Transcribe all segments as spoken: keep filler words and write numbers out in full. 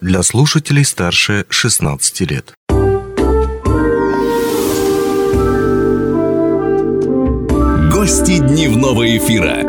для слушателей старше шестнадцати лет. Гости дневного эфира.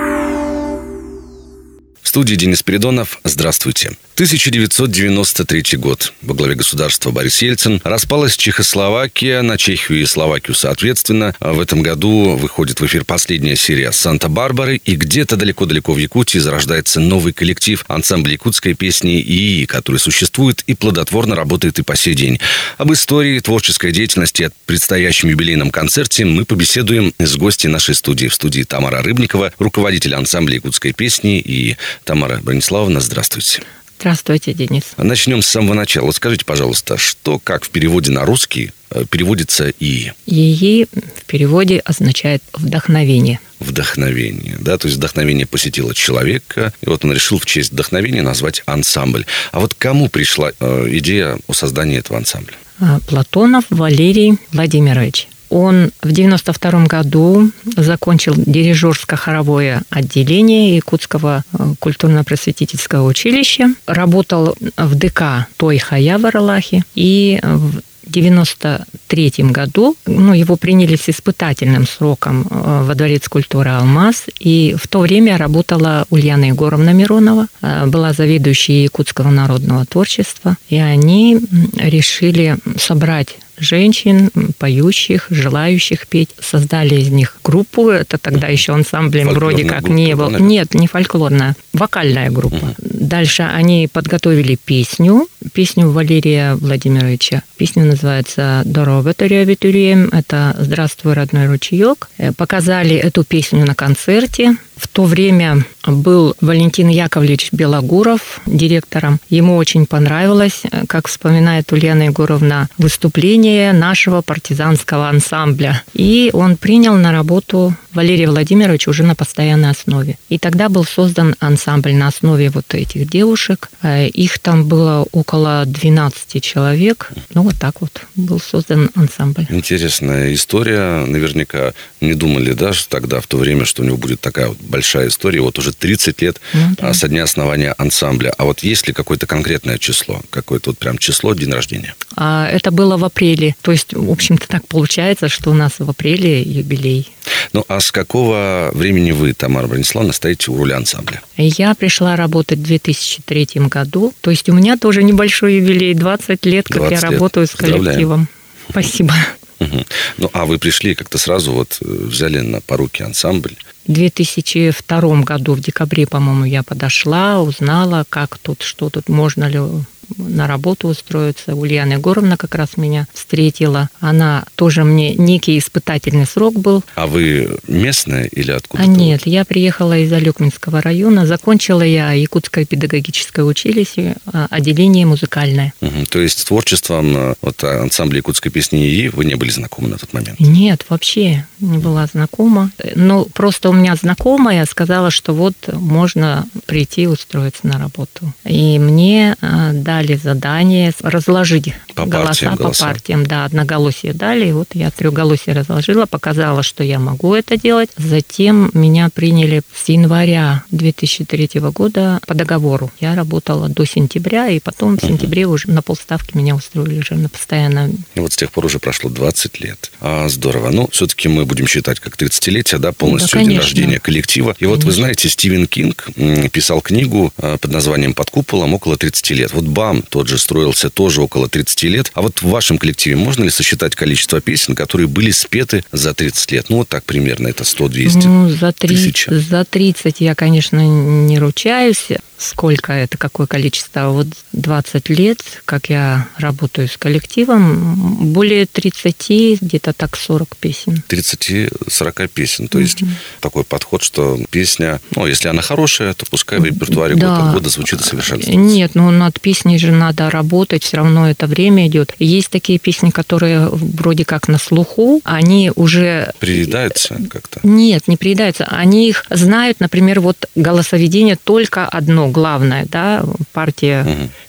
В студии Денис Спиридонов. Здравствуйте. тысяча девятьсот девяносто третий год. Во главе государства Борис Ельцин. Распалась Чехословакия, на Чехию и Словакию соответственно. В этом году выходит в эфир последняя серия «Санта-Барбары». И где-то далеко-далеко в Якутии зарождается новый коллектив ансамбля якутской песни ИИ, который существует и плодотворно работает и по сей день. Об истории, творческой деятельности и о предстоящем юбилейном концерте мы побеседуем с гостьей нашей студии. В студии Тамара Рыбникова, руководитель ансамбля якутской песни. И Тамара Брониславовна, здравствуйте. Здравствуйте, Денис. Начнем с самого начала. Скажите, пожалуйста, что, как в переводе на русский переводится «ИИ»? ИИ в переводе означает «вдохновение». Вдохновение, да, то есть вдохновение посетило человека, и вот он решил в честь вдохновения назвать ансамбль. А вот кому пришла э, идея о создании этого ансамбля? Платонов Валерий Владимирович. Он в девяносто втором году закончил дирижерско-хоровое отделение Якутского культурно-просветительского училища, работал в ДК Той-Хая в Аралахе, и в девяносто третьем году ну, его приняли с испытательным сроком во Дворец культуры «Алмаз», и в то время работала Ульяна Егоровна Миронова, была заведующей Якутского народного творчества, и они решили собрать женщин, поющих, желающих петь. Создали из них группу. Это тогда еще ансамблем вроде как группа, не было. Да, нет, не фольклорная, вокальная группа. Угу. Дальше они подготовили песню. Песню Валерия Владимировича. Песня называется «Дорога Торябитурем». Это «Здравствуй, родной ручеек». Показали эту песню на концерте. В то время был Валентин Яковлевич Белогуров директором. Ему очень понравилось, как вспоминает Ульяна Егоровна, выступление нашего партизанского ансамбля. И он принял на работу Валерия Владимировича уже на постоянной основе. И тогда был создан ансамбль на основе вот этих девушек. Их там было около двенадцати человек. Ну, вот так вот был создан ансамбль. Интересная история. Наверняка не думали, да, что тогда, в то время, что у него будет такая вот большая история. Вот уже тридцать лет ну, да. со дня основания ансамбля. А вот есть ли какое-то конкретное число? Какое-то вот прям число, день рождения? А, это было в апреле. То есть, в общем-то, так получается, что у нас в апреле юбилей. Ну, а с какого времени вы, Тамара Брониславовна, стоите у руля ансамбля? Я пришла работать в две тысячи третьем году. То есть, у меня тоже небольшой юбилей. двадцать лет, как я работаю с коллективом. Спасибо. Угу. Ну, а вы пришли как-то сразу вот взяли на поруки ансамбль? В две тысячи втором году, в декабре, по-моему, я подошла, узнала, как тут, что тут, можно ли на работу устроиться. Ульяна Егоровна как раз меня встретила. Она тоже мне некий испытательный срок был. А вы местная или откуда-то? А нет, я приехала из Алекминского района. Закончила я Якутское педагогическое училище, отделение музыкальное. Угу. То есть с творчеством вот, ансамбля якутской песни ИИ вы не были знакомы на тот момент? Нет, вообще не была знакома. Но просто у меня знакомая сказала, что вот можно прийти устроиться на работу. И мне дали дали задание разложить по голоса партиям, по голоса. партиям. Да, одноголосие дали. И вот я трехголосие разложила, показала, что я могу это делать. Затем меня приняли с января две тысячи третьего года по договору. Я работала до сентября, и потом в сентябре угу. уже на полставки меня устроили уже на постоянно. И вот с тех пор уже прошло двадцать лет. А, здорово. Ну, все-таки мы будем считать как тридцатилетие, да, полностью да, день рождения коллектива. И конечно. Вот вы знаете, Стивен Кинг писал книгу под названием «Под куполом» около тридцати лет. Вот БАМ тот же строился тоже около тридцати лет. А вот в вашем коллективе можно ли сосчитать количество песен, которые были спеты за тридцать лет? Ну, вот так примерно, это сто-двести ну, за тысяч. За тридцать я, конечно, не ручаюсь. Сколько это, какое количество. А вот двадцать лет, как я работаю с коллективом, более тридцати, где-то так сорок песен. тридцать-сорок песен. То mm-hmm. есть такой подход, что песня, ну, если она хорошая, то пускай в репертуаре да. год от года звучит и совершенствуется. Нет, ну, над песней же надо работать, все равно это время идет. Есть такие песни, которые вроде как на слуху, они уже... Приедаются как-то? Нет, не приедаются. Они их знают, например, вот голосоведение только одно, главное, да, партия угу.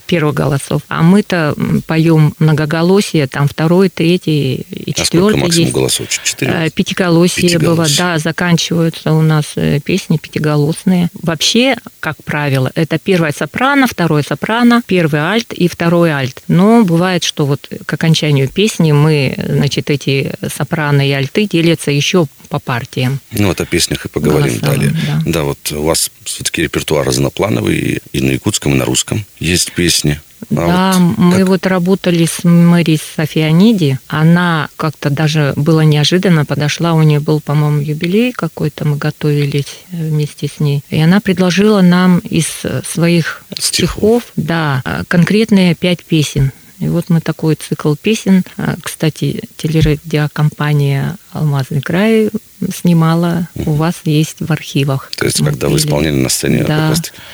первых голосов. А мы-то поем многоголосие, там второй, третий и четвертый. А сколько максимум есть. голосов? Четыре? Пятиголосие, Пятиголосие было, да, заканчиваются у нас песни пятиголосные. Вообще, как правило, это первая сопрано, второй сопрано, первый альт и второй альт. Но бывает, что вот к окончанию песни мы, значит, эти сопрано и альты делятся еще по партиям. Ну, вот о песнях и поговорим Голосовым, далее. Да. да, вот у вас все-таки репертуар разноплановый, и на якутском, и на русском есть песни. А да, вот мы как? вот работали с Мэри Софианиди. Она как-то даже было неожиданно подошла, у нее был, по-моему, юбилей какой-то, мы готовились вместе с ней. И она предложила нам из своих стихов, стихов да, конкретные пять песен. И вот мы такой цикл песен. Кстати, телерадиокомпания «Алмазный край» снимала, у вас есть в архивах. То есть, когда вы исполняли на сцене. Да.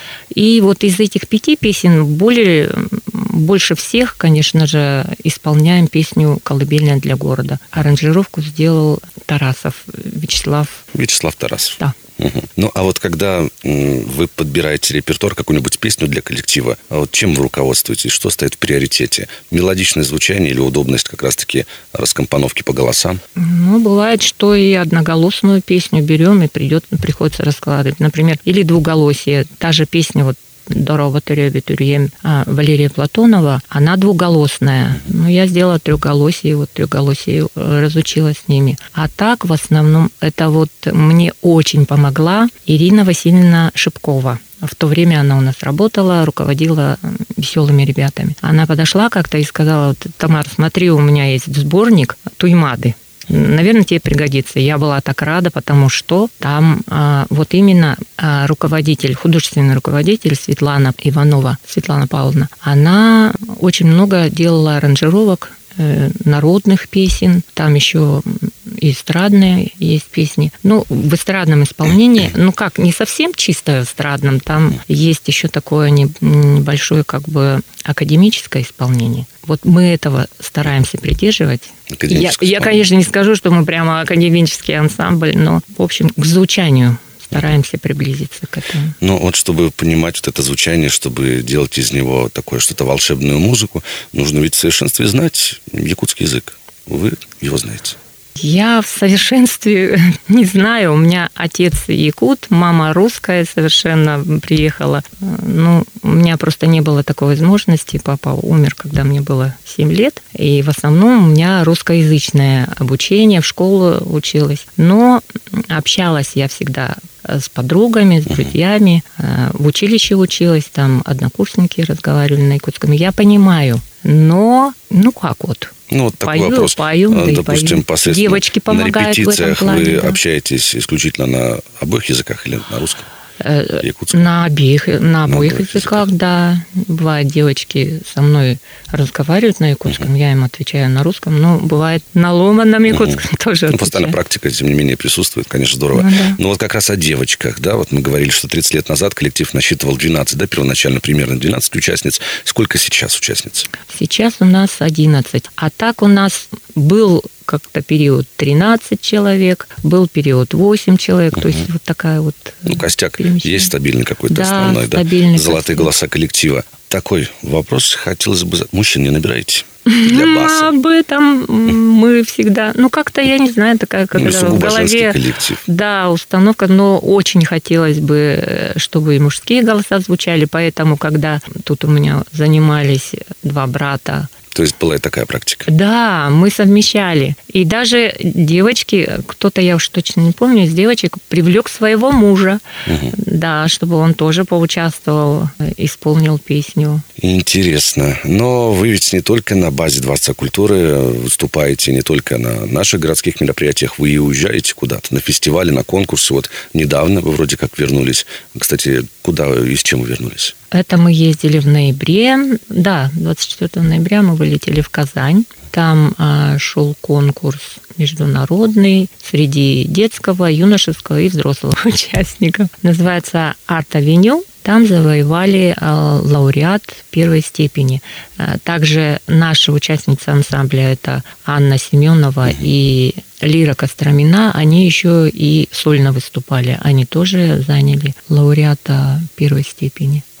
И вот из этих пяти песен более, больше всех, конечно же, исполняем песню «Колыбельная для города». Аранжировку сделал Тарасов, Вячеслав. Вячеслав Тарасов. Да. Угу. Ну, а вот когда вы подбираете репертуар, какую-нибудь песню для коллектива, а вот чем вы руководствуетесь? Что стоит в приоритете? Мелодичное звучание или удобность как раз-таки раскомпоновки по голосам? Ну, бывает, что и одноголосную песню берем, и придет, приходится раскладывать. Например, или двуголосие. Та же песня вот «Дорога Теребе-Тюрьем» Валерия Платонова, она двуголосная. Но я сделала трехголосие, вот трехголосие разучилась с ними. А так, в основном, это вот мне очень помогла Ирина Васильевна Шипкова. В то время она у нас работала, руководила «Веселыми ребятами». Она подошла как-то и сказала: «Тамара, смотри, у меня есть сборник Туймады. Наверное, тебе пригодится». Я была так рада, потому что там а, вот именно а, руководитель, художественный руководитель Светлана Иванова, Светлана Павловна, она очень много делала аранжировок э, народных песен, там еще и эстрадные есть песни. Ну, в эстрадном исполнении, ну как, не совсем чисто в эстрадном, там есть еще такое небольшое как бы академическое исполнение. Вот мы этого стараемся придерживать. Я, я, конечно, не скажу, что мы прямо академический ансамбль, но, в общем, к звучанию стараемся приблизиться к этому. Ну, вот чтобы понимать вот это звучание, чтобы делать из него такое что-то волшебную музыку, нужно ведь в совершенстве знать якутский язык. Вы его знаете. Я в совершенстве не знаю. У меня отец якут, мама русская совершенно приехала. Ну, у меня просто не было такой возможности. Папа умер, когда мне было семь лет. И в основном у меня русскоязычное обучение, в школу училась. Но общалась я всегда с подругами, с друзьями. В училище училась, там однокурсники разговаривали на якутском. Я понимаю, но, ну как вот... Ну, вот такой пою, вопрос. Пою, да Допустим, посредственно девочки помогают на репетициях в этом плане, вы да. общаетесь исключительно на обоих языках или на русском? Якутском? На обеих, на обоих на языках, языках, да. Бывает, девочки со мной разговаривают на якутском, uh-huh. я им отвечаю на русском, но бывает на ломаном якутском uh-huh. тоже ну, постоянно практика, тем не менее, присутствует, конечно, здорово. Ну, да. Но вот как раз о девочках, да, вот мы говорили, что тридцать лет назад коллектив насчитывал двенадцать, да, первоначально примерно двенадцать участниц. Сколько сейчас участниц? Сейчас у нас одиннадцать. А так у нас был как-то период тринадцать человек, был период восемь человек, uh-huh. то есть вот такая вот... Ну, костяк есть стабильный какой-то да, основной, да? Стабильный Золотые костяк. Голоса коллектива. Такой вопрос хотелось бы... Мужчин не набираете? Для баса. Об этом мы всегда... Ну, как-то, я не знаю, такая как ну, в голове... коллектив. Да, установка, но очень хотелось бы, чтобы и мужские голоса звучали, поэтому, когда тут у меня занимались два брата, то есть была и такая практика? Да, мы совмещали. И даже девочки, кто-то, я уж точно не помню, из девочек привлек своего мужа, угу. да, чтобы он тоже поучаствовал, исполнил песню. Интересно. Но вы ведь не только на базе Дворца культуры выступаете, не только на наших городских мероприятиях, вы и уезжаете куда-то, на фестивале, на конкурсы. Вот недавно вы вроде как вернулись. Кстати, куда и с чем вы вернулись? Это мы ездили в ноябре. Да, двадцать четвёртого ноября мы вылетели в Казань. Там а, шел конкурс международный среди детского, юношеского и взрослого участников. Называется «Арт-авеню». Там завоевали а, лауреат первой степени. А, также наши участницы ансамбля, это Анна Семенова и Лира Костромина, они еще и сольно выступали. Они тоже заняли лауреата первой степени.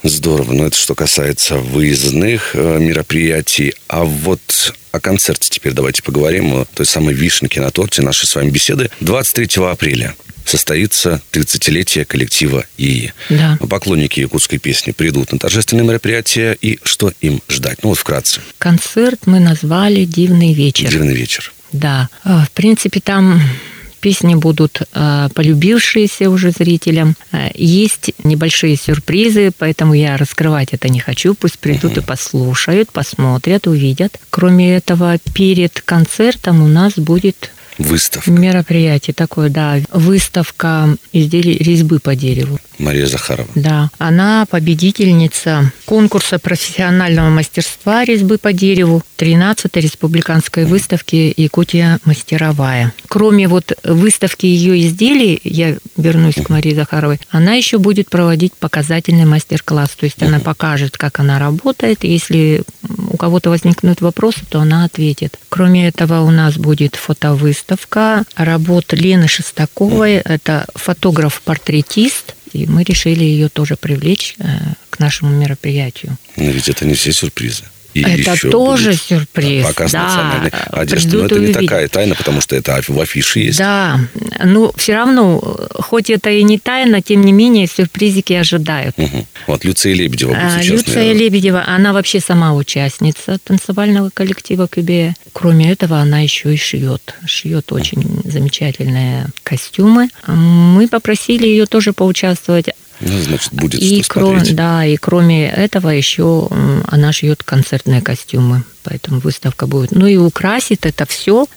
Здорово. Но это что касается выездных э, мероприятий. А вот о концерте теперь давайте поговорим. О той самой вишенке на торте нашей с вами беседы. двадцать третьего апреля состоится тридцатилетие коллектива ИИ. Да. Поклонники якутской песни придут на торжественные мероприятия. И что им ждать? Ну вот вкратце. Концерт мы назвали «Дивный вечер». Дивный вечер. Да. В принципе, там песни будут э, полюбившиеся уже зрителям. Э, есть небольшие сюрпризы, поэтому я раскрывать это не хочу. Пусть придут uh-huh. и послушают, посмотрят, увидят. Кроме этого, перед концертом у нас будет выставка. Мероприятие такое, да. Выставка изделий резьбы по дереву. Мария Захарова. Да. Она победительница конкурса профессионального мастерства резьбы по дереву тринадцатой республиканской выставки «Якутия мастеровая». Кроме вот выставки ее изделий, я вернусь к Марии Захаровой, она еще будет проводить показательный мастер-класс. То есть она покажет, как она работает. Если у кого-то возникнут вопросы, то она ответит. Кроме этого, у нас будет фотовыставка работ Лены Шестаковой. Это фотограф-портретист. И мы решили ее тоже привлечь к нашему мероприятию. Но ведь это не все сюрпризы. И это еще тоже будет сюрприз. Показ да. национальной одежды. Но это не такая тайна, потому что это в афише есть. Да, ну все равно, хоть это и не тайна, тем не менее сюрпризики ожидают. Угу. Вот Люция Лебедева будет сейчас. Люция наверное. Лебедева, она вообще сама участница танцевального коллектива КЮБЕ. Кроме этого, она еще и шьет. Шьет очень замечательные костюмы. Мы попросили ее тоже поучаствовать. Ну, значит, будет и что кроме, смотреть. Да, и кроме этого еще она шьет концертные костюмы, поэтому выставка будет. Ну и украсит это все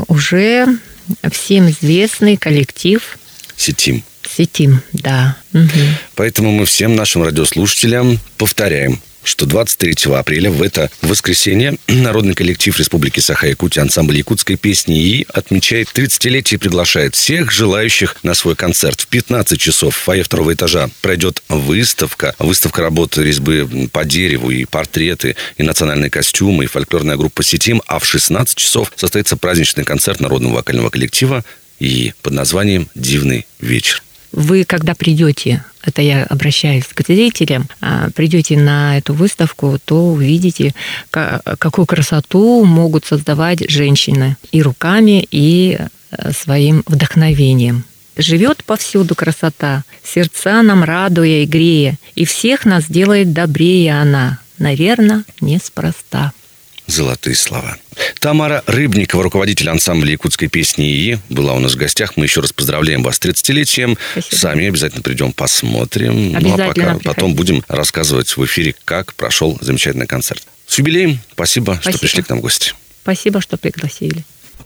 уже всем известный коллектив Сетим. Сетим, да. Угу. Поэтому мы всем нашим радиослушателям повторяем, что двадцать третьего апреля, в это воскресенье, народный коллектив Республики Саха-Якутия ансамбль якутской песни ИИ отмечает тридцатилетие и приглашает всех желающих на свой концерт. В пятнадцать часов в фойе второго этажа пройдет выставка. Выставка работы резьбы по дереву, и портреты, и национальные костюмы, и фольклорная группа «Сетим». А в шестнадцать часов состоится праздничный концерт народного вокального коллектива ИИ под названием «Дивный вечер». Вы, когда придете, это я обращаюсь к зрителям, придете на эту выставку, то увидите, какую красоту могут создавать женщины и руками, и своим вдохновением. Живет повсюду красота, сердца нам радуя и грея, и всех нас делает добрее она, наверное, неспроста. Золотые слова. Тамара Рыбникова, руководитель ансамбля якутской песни ИИ, была у нас в гостях. Мы еще раз поздравляем вас с тридцатилетием. Спасибо. Сами обязательно придем, посмотрим. Обязательно. Ну, а пока, приходите. потом будем рассказывать в эфире, как прошел замечательный концерт. С юбилеем. Спасибо, Спасибо. что пришли к нам в гости. Спасибо, что пригласили.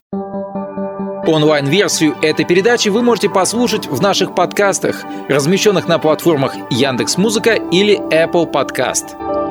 Онлайн-версию этой передачи вы можете послушать в наших подкастах, размещенных на платформах Яндекс.Музыка или Apple Podcast.